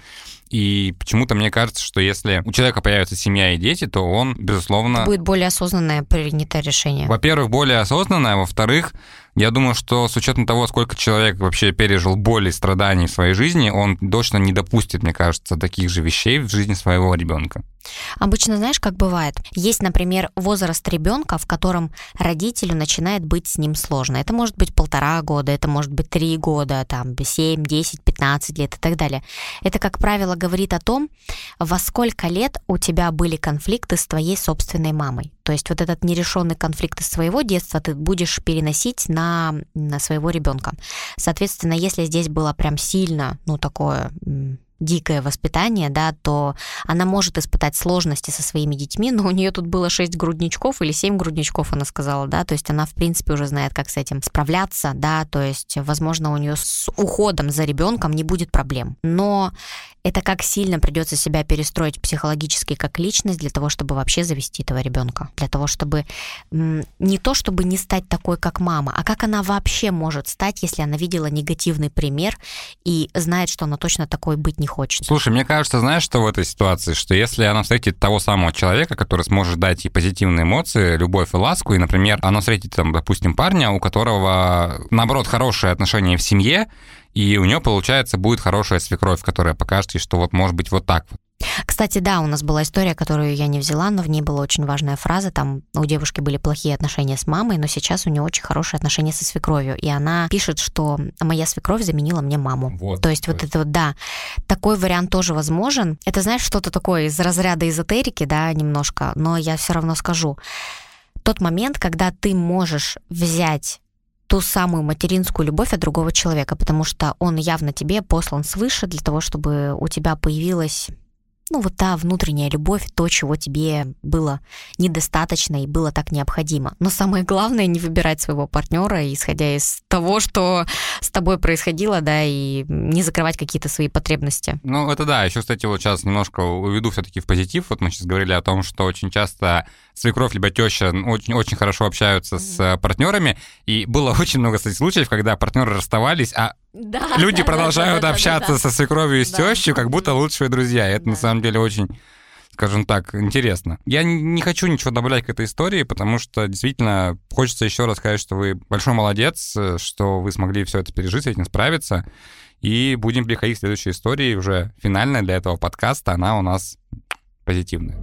И почему-то мне кажется, что если у человека появится семья и дети, то он, безусловно... Это будет более осознанное принятое решение. Во-первых, более осознанное, а во-вторых, я думаю, что с учетом того, сколько человек вообще пережил боли и страданий в своей жизни, он точно не допустит, мне кажется, таких же вещей в жизни своего ребенка. Обычно, знаешь, как бывает? Есть, например, возраст ребенка, в котором родителю начинает быть с ним сложно. Это может быть полтора года, это может быть три года, там, семь, десять, пятнадцать лет и так далее. Это, как правило, говорит о том, во сколько лет у тебя были конфликты с твоей собственной мамой. То есть вот этот нерешенный конфликт из своего детства ты будешь переносить на, на своего ребенка. Соответственно, если здесь было прям сильно, ну, такое... дикое воспитание, да, то она может испытать сложности со своими детьми, но у нее тут было шесть грудничков или семь грудничков, она сказала, да, то есть она, в принципе, уже знает, как с этим справляться, да, то есть, возможно, у нее с уходом за ребенком не будет проблем. Но это как сильно придется себя перестроить психологически как личность для того, чтобы вообще завести этого ребенка, для того, чтобы не то, чтобы не стать такой, как мама, а как она вообще может стать, если она видела негативный пример и знает, что она точно такой быть не хочет. Слушай, мне кажется, знаешь, что в этой ситуации, что если она встретит того самого человека, который сможет дать ей позитивные эмоции, любовь и ласку, и, например, она встретит, там, допустим, парня, у которого, наоборот, хорошие отношения в семье, и у нее, получается, будет хорошая свекровь, которая покажет ей, что вот может быть вот так вот. Кстати, да, у нас была история, которую я не взяла, но в ней была очень важная фраза. Там у девушки были плохие отношения с мамой, но сейчас у нее очень хорошие отношения со свекровью. И она пишет, что моя свекровь заменила мне маму. Вот, то есть то вот есть. это вот, да, такой вариант тоже возможен. Это, знаешь, что-то такое из разряда эзотерики, да, немножко, но я все равно скажу. Тот момент, когда ты можешь взять ту самую материнскую любовь от другого человека, потому что он явно тебе послан свыше для того, чтобы у тебя появилась, ну, вот та внутренняя любовь, то, чего тебе было недостаточно и было так необходимо. Но самое главное — не выбирать своего партнера, исходя из того, что с тобой происходило, да, и не закрывать какие-то свои потребности. Ну, это да. Еще, кстати, вот сейчас немножко уведу все-таки в позитив. Вот мы сейчас говорили о том, что очень часто свекровь либо теща очень-очень хорошо общаются mm-hmm. с партнерами, и было очень много, кстати, случаев, когда партнеры расставались, а да, люди да, продолжают да, да, общаться да, да, да. со свекровью и с да. тещей, как будто лучшие друзья. И это, да. на самом деле, очень, скажем так, интересно. Я не хочу ничего добавлять к этой истории, потому что действительно хочется еще раз сказать, что вы большой молодец, что вы смогли все это пережить, с этим справиться. И будем переходить к следующей истории, уже финальная для этого подкаста. Она у нас позитивная.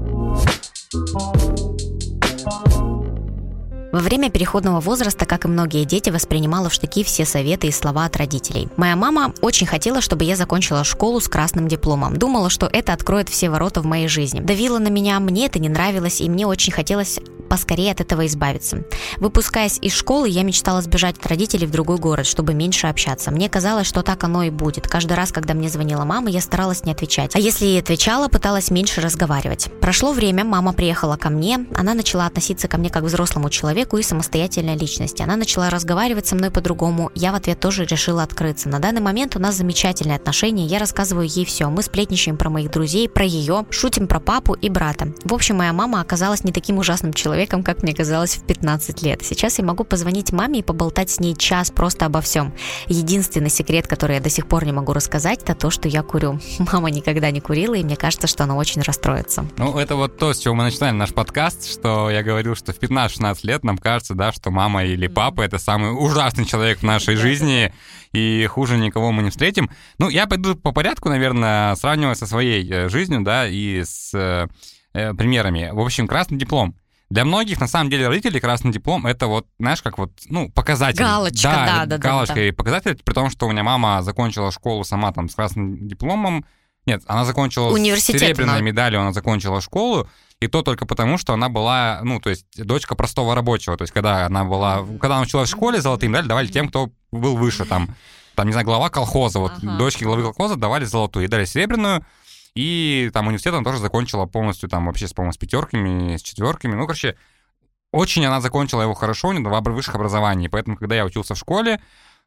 Во время переходного возраста, как и многие дети, воспринимала в штыки все советы и слова от родителей. Моя мама очень хотела, чтобы я закончила школу с красным дипломом. Думала, что это откроет все ворота в моей жизни. Давила на меня, мне это не нравилось, и мне очень хотелось поскорее от этого избавиться. Выпускаясь из школы, я мечтала сбежать от родителей в другой город, чтобы меньше общаться. Мне казалось, что так оно и будет. Каждый раз, когда мне звонила мама, я старалась не отвечать. А если и отвечала, пыталась меньше разговаривать. Прошло время, мама приехала ко мне, она начала относиться ко мне как к взрослому человеку и самостоятельной личности. Она начала разговаривать со мной по-другому, я в ответ тоже решила открыться. На данный момент у нас замечательные отношения, я рассказываю ей все. Мы сплетничаем про моих друзей, про ее, шутим про папу и брата. В общем, моя мама оказалась не таким ужасным человеком, как мне казалось в пятнадцать лет. Сейчас я могу позвонить маме и поболтать с ней час просто обо всем. Единственный секрет, который я до сих пор не могу рассказать, это то, что я курю. Мама никогда не курила, и мне кажется, что она очень расстроится. Ну, это вот то, с чего мы начинали наш подкаст, что я говорил, что в пятнадцать-шестнадцать лет нам кажется, да, что мама или папа — это самый ужасный человек в нашей жизни, и хуже никого мы не встретим. Ну, я пойду по порядку, наверное, сравнивая со своей жизнью, да, и с э, примерами. В общем, красный диплом. Для многих, на самом деле, родителей красный диплом — это вот, знаешь, как вот, ну, показатель. Галочка, да, да, да. Галочка да, да. и показатель, при том, что у меня мама закончила школу сама там с красным дипломом. Нет, она закончила с серебряной но... медалью, она закончила школу, и то только потому, что она была, ну, то есть дочка простого рабочего. То есть когда она была, когда она училась в школе, золотые медали давали тем, кто был выше, там, там, не знаю, глава колхоза. Вот ага. дочке главы колхоза давали золотую и дали серебряную. И там университет она тоже закончила полностью, там, вообще, по-моему, с пятерками, с четверками. Ну, короче, очень она закончила его хорошо, у нее два высших образования. Поэтому, когда я учился в школе,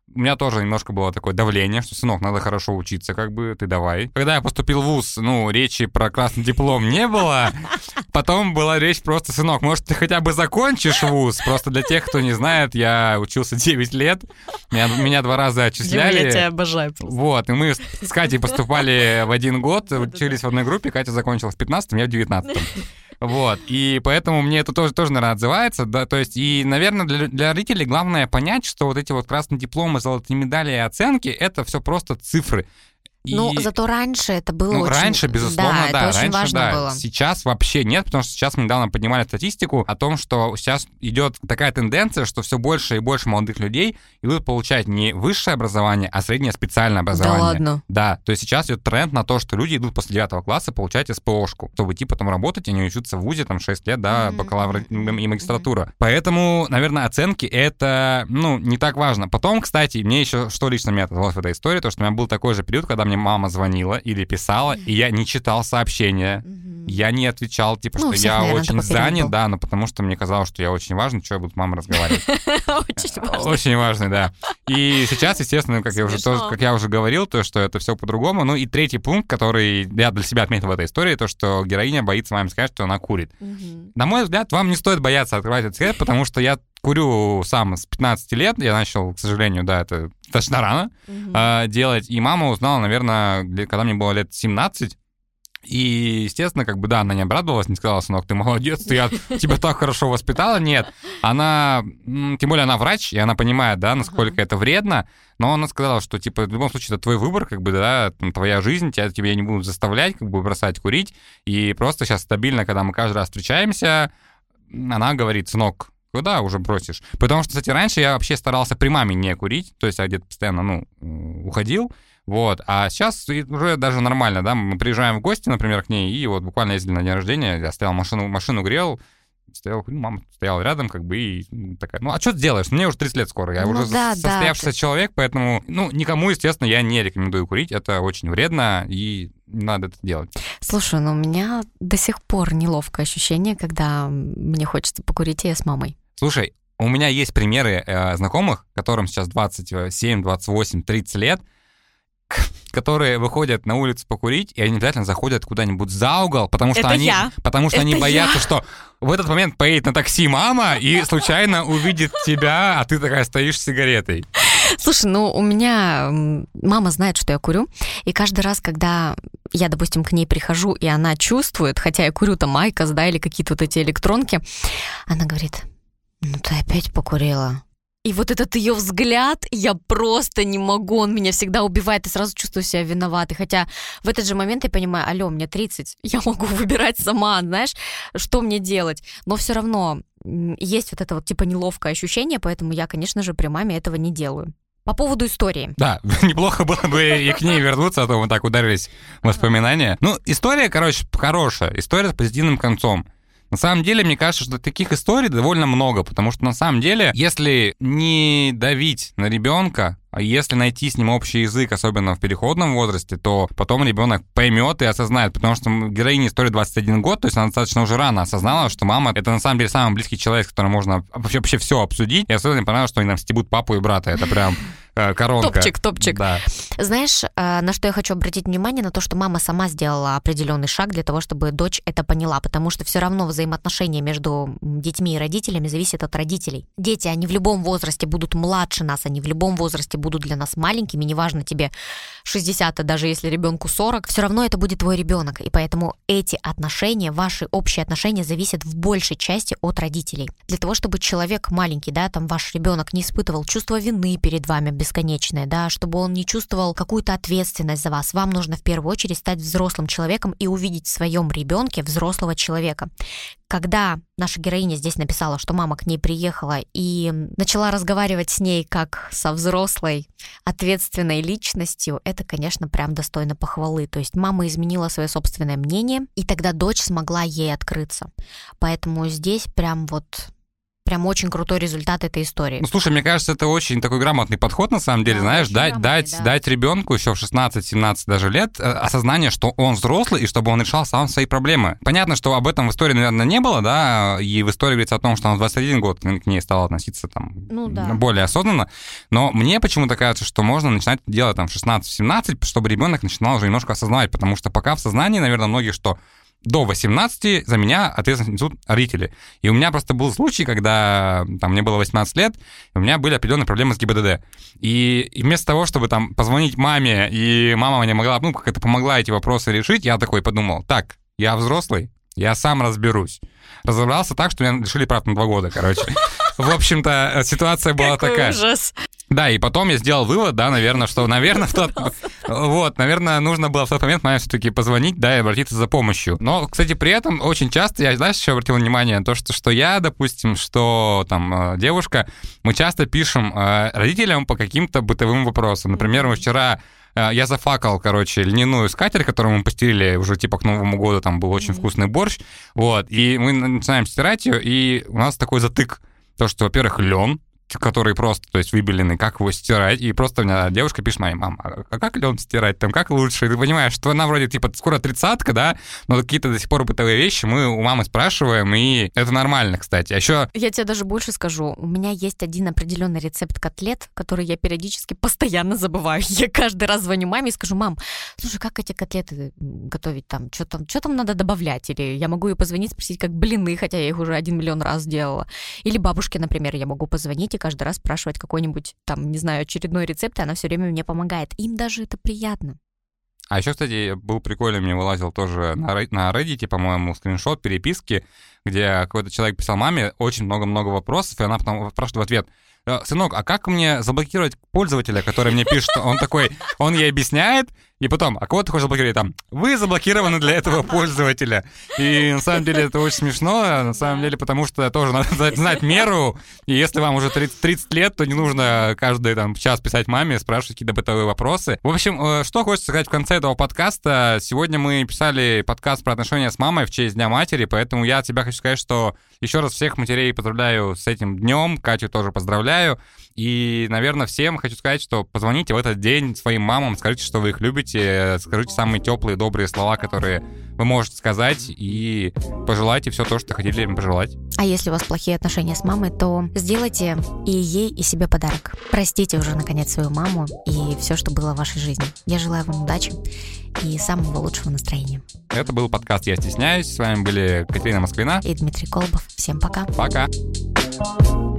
у меня тоже немножко было такое давление, что, сынок, надо хорошо учиться, как бы, ты давай. Когда я поступил в вуз, ну, речи про красный диплом не было. Потом была речь просто, сынок, может, ты хотя бы закончишь вуз? Просто для тех, кто не знает, я учился девять лет, меня, меня два раза отчисляли. Дима, я тебя обожаю просто. Вот, и мы с Катей поступали в один год, учились в одной группе, Катя закончила в пятнадцатом, я в девятнадцатом. Вот, и поэтому мне это тоже, тоже, наверное, отзывается, да, то есть, и, наверное, для, для родителей главное понять, что вот эти вот красные дипломы, золотые медали и оценки, это все просто цифры. И... Ну, зато раньше это было ну, очень... раньше, безусловно, да. да. Это очень раньше, важно да. было. Сейчас вообще нет, потому что сейчас мы недавно поднимали статистику о том, что сейчас идет такая тенденция, что все больше и больше молодых людей идут получать не высшее образование, а среднее специальное образование. Да ладно? Да, то есть сейчас идет тренд на то, что люди идут после девятого класса получать СПОшку, чтобы идти потом работать, они учатся в вузе там шесть лет, да, mm-hmm. бакалавр mm-hmm. и магистратура. Mm-hmm. Поэтому, наверное, оценки это, ну, не так важно. Потом, кстати, мне еще, что лично меня отозвалось в этой истории, то, что у меня был такой же период, когда мне мама звонила или писала, и я не читал сообщения, mm-hmm. я не отвечал, типа, ну, что всех, я наверное, очень занят, да, но потому что мне казалось, что я очень важный, что я буду с мамой разговаривать. Очень важный. Очень важный, да. И сейчас, естественно, как я уже тоже, как я уже говорил, то, что это все по-другому. Ну и третий пункт, который я для себя отметил в этой истории, то, что героиня боится маме сказать, что она курит. На мой взгляд, вам не стоит бояться открывать этот секрет, потому что я курю сам с пятнадцати лет, я начал, к сожалению, да, это достаточно рано mm-hmm. э, делать, и мама узнала, наверное, когда мне было лет семнадцать, и, естественно, как бы, да, она не обрадовалась, не сказала, сынок, ты молодец, ты я тебя так хорошо воспитала, нет. Она, тем более она врач, и она понимает, да, насколько uh-huh. это вредно, но она сказала, что, типа, в любом случае, это твой выбор, как бы, да, там, твоя жизнь, тебя, тебя не будут заставлять, как бы, бросать курить, и просто сейчас стабильно, когда мы каждый раз встречаемся, она говорит, сынок, куда уже бросишь? Потому что, кстати, раньше я вообще старался при маме не курить, то есть я где-то постоянно, ну, уходил, вот, а сейчас уже даже нормально, да, мы приезжаем в гости, например, к ней, и вот буквально ездили на день рождения, я стоял машину, машину грел, стоял, ну, мама стояла рядом, как бы, и такая, ну, а что ты делаешь? Мне уже тридцать лет скоро, я ну, уже да, состоявшийся да, человек, поэтому, ну, никому, естественно, я не рекомендую курить, это очень вредно, и не надо это делать. Слушай, ну, у меня до сих пор неловкое ощущение, когда мне хочется покурить, и я с мамой. Слушай, у меня есть примеры э, знакомых, которым сейчас двадцать семь, двадцать восемь, тридцать лет, которые выходят на улицу покурить, и они обязательно заходят куда-нибудь за угол, потому что это они, я. потому что это они боятся, я. что в этот момент поедет на такси мама и случайно увидит тебя, а ты такая стоишь с сигаретой. Слушай, ну у меня мама знает, что я курю, и каждый раз, когда я, допустим, к ней прихожу, и она чувствует, хотя я курю там Айкос, да, или какие-то вот эти электронки, она говорит, ну ты опять покурила. И вот этот ее взгляд, я просто не могу, он меня всегда убивает, и сразу чувствую себя виноватой. Хотя в этот же момент я понимаю, алло, мне тридцать, я могу выбирать сама, знаешь, что мне делать. Но все равно есть вот это вот типа неловкое ощущение, поэтому я, конечно же, при маме этого не делаю. По поводу истории. Да, неплохо было бы и к ней вернуться, а то мы так ударились в воспоминания. Ну, история, короче, хорошая, история с позитивным концом. На самом деле, мне кажется, что таких историй довольно много, потому что на самом деле, если не давить на ребенка, а если найти с ним общий язык, особенно в переходном возрасте, то потом ребенок поймет и осознает, потому что героине истории двадцать один год, то есть она достаточно уже рано осознала, что мама — это на самом деле самый близкий человек, с которым можно вообще, вообще все обсудить. И особенно понравилось, что они нам стебут папу и брата. Это прям э, коронка. Топчик, топчик. Да. Знаешь, э, на что я хочу обратить внимание? На то, что мама сама сделала определенный шаг для того, чтобы дочь это поняла, потому что все равно взаимоотношения между детьми и родителями зависят от родителей. Дети, они в любом возрасте будут младше нас, они в любом возрасте будут для нас маленькими, неважно тебе шестьдесят, а даже если ребенку сорок, все равно это будет твой ребенок, и поэтому эти отношения, ваши общие отношения зависят в большей части от родителей. Для того, чтобы человек маленький, да, там ваш ребенок не испытывал чувство вины перед вами бесконечное, да, чтобы он не чувствовал какую-то ответственность за вас, вам нужно в первую очередь стать взрослым человеком и увидеть в своем ребенке взрослого человека. Когда наша героиня здесь написала, что мама к ней приехала и начала разговаривать с ней как со взрослой, ответственной личностью, это, конечно, прям достойно похвалы. То есть мама изменила свое собственное мнение, и тогда дочь смогла ей открыться. Поэтому здесь прям вот прям очень крутой результат этой истории. Ну, слушай, мне кажется, это очень такой грамотный подход, на самом деле, да, знаешь, дать, дать, да. дать ребенку еще в шестнадцать-семнадцать даже лет осознание, что он взрослый, и чтобы он решал сам свои проблемы. Понятно, что об этом в истории, наверное, не было, да, и в истории говорится о том, что он в двадцать один год к ней стал относиться там ну, да. более осознанно, но мне почему-то кажется, что можно начинать делать там в шестнадцать-семнадцать, чтобы ребенок начинал уже немножко осознавать, потому что пока в сознании, наверное, многих, что до восемнадцати за меня ответственность несут родители. И у меня просто был случай, когда там, мне было восемнадцать лет, и у меня были определенные проблемы с ГИБДД. И, и вместо того, чтобы там позвонить маме, и мама мне могла, ну, как-то помогла эти вопросы решить, я такой подумал, так, я взрослый, я сам разберусь. Разобрался так, что меня лишили прав на два года, короче. В общем-то, ситуация была такая. Какой ужас. Да, и потом я сделал вывод, да, наверное, что, наверное, в тот... Вот, наверное, нужно было в тот момент маме все-таки позвонить, да, и обратиться за помощью. Но, кстати, при этом очень часто, я, знаешь, еще обратил внимание на то, что, что я, допустим, что там девушка, мы часто пишем родителям по каким-то бытовым вопросам. Например, мы вчера... Я зафакал, короче, льняную скатерть, которую мы постелили уже типа к Новому году, там был очень вкусный борщ, вот, и мы начинаем стирать ее, и у нас такой затык, то, что, во-первых, лен, который просто, то есть, выбеленный, как его стирать, и просто у меня девушка пишет маме, мам, а как лен стирать, там, как лучше? И ты понимаешь, что она вроде, типа, скоро тридцатка, да, но какие-то до сих пор бытовые вещи мы у мамы спрашиваем, и это нормально, кстати. А еще... Я тебе даже больше скажу, у меня есть один определенный рецепт котлет, который я периодически постоянно забываю. Я каждый раз звоню маме и скажу, мам, слушай, как эти котлеты готовить там, что там, что там надо добавлять? Или я могу ей позвонить, спросить, как блины, хотя я их уже один миллион раз делала. Или бабушке, например, я могу позвонить и каждый раз спрашивать какой-нибудь, там, не знаю, очередной рецепт, и она все время мне помогает. Им даже это приятно. А еще, кстати, был прикольно, мне вылазил тоже на Reddit, по-моему, скриншот переписки, где какой-то человек писал маме очень много-много вопросов, и она потом спрашивает в ответ, сынок, а как мне заблокировать пользователя, который мне пишет? Он такой, он ей объясняет, и потом, а кого ты хочешь заблокировать? Там, вы заблокированы для этого пользователя. И на самом деле это очень смешно, на самом деле, потому что тоже надо знать меру, и если вам уже тридцать, тридцать лет, то не нужно каждый там час писать маме, спрашивать какие-то бытовые вопросы. В общем, что хочется сказать в конце этого подкаста. Сегодня мы писали подкаст про отношения с мамой в честь Дня матери, поэтому я от тебя хочу сказать, что еще раз всех матерей поздравляю с этим днем, Катю тоже поздравляю. И, наверное, всем хочу сказать, что позвоните в этот день своим мамам, скажите, что вы их любите, скажите самые теплые, добрые слова, которые вы можете сказать, и пожелайте все то, что хотели им пожелать. А если у вас плохие отношения с мамой, то сделайте и ей, и себе подарок. Простите уже, наконец, свою маму и все, что было в вашей жизни. Я желаю вам удачи и самого лучшего настроения. Это был подкаст «Я стесняюсь». С вами были Катерина Москвина и Дмитрий Колобов. Всем пока. Пока.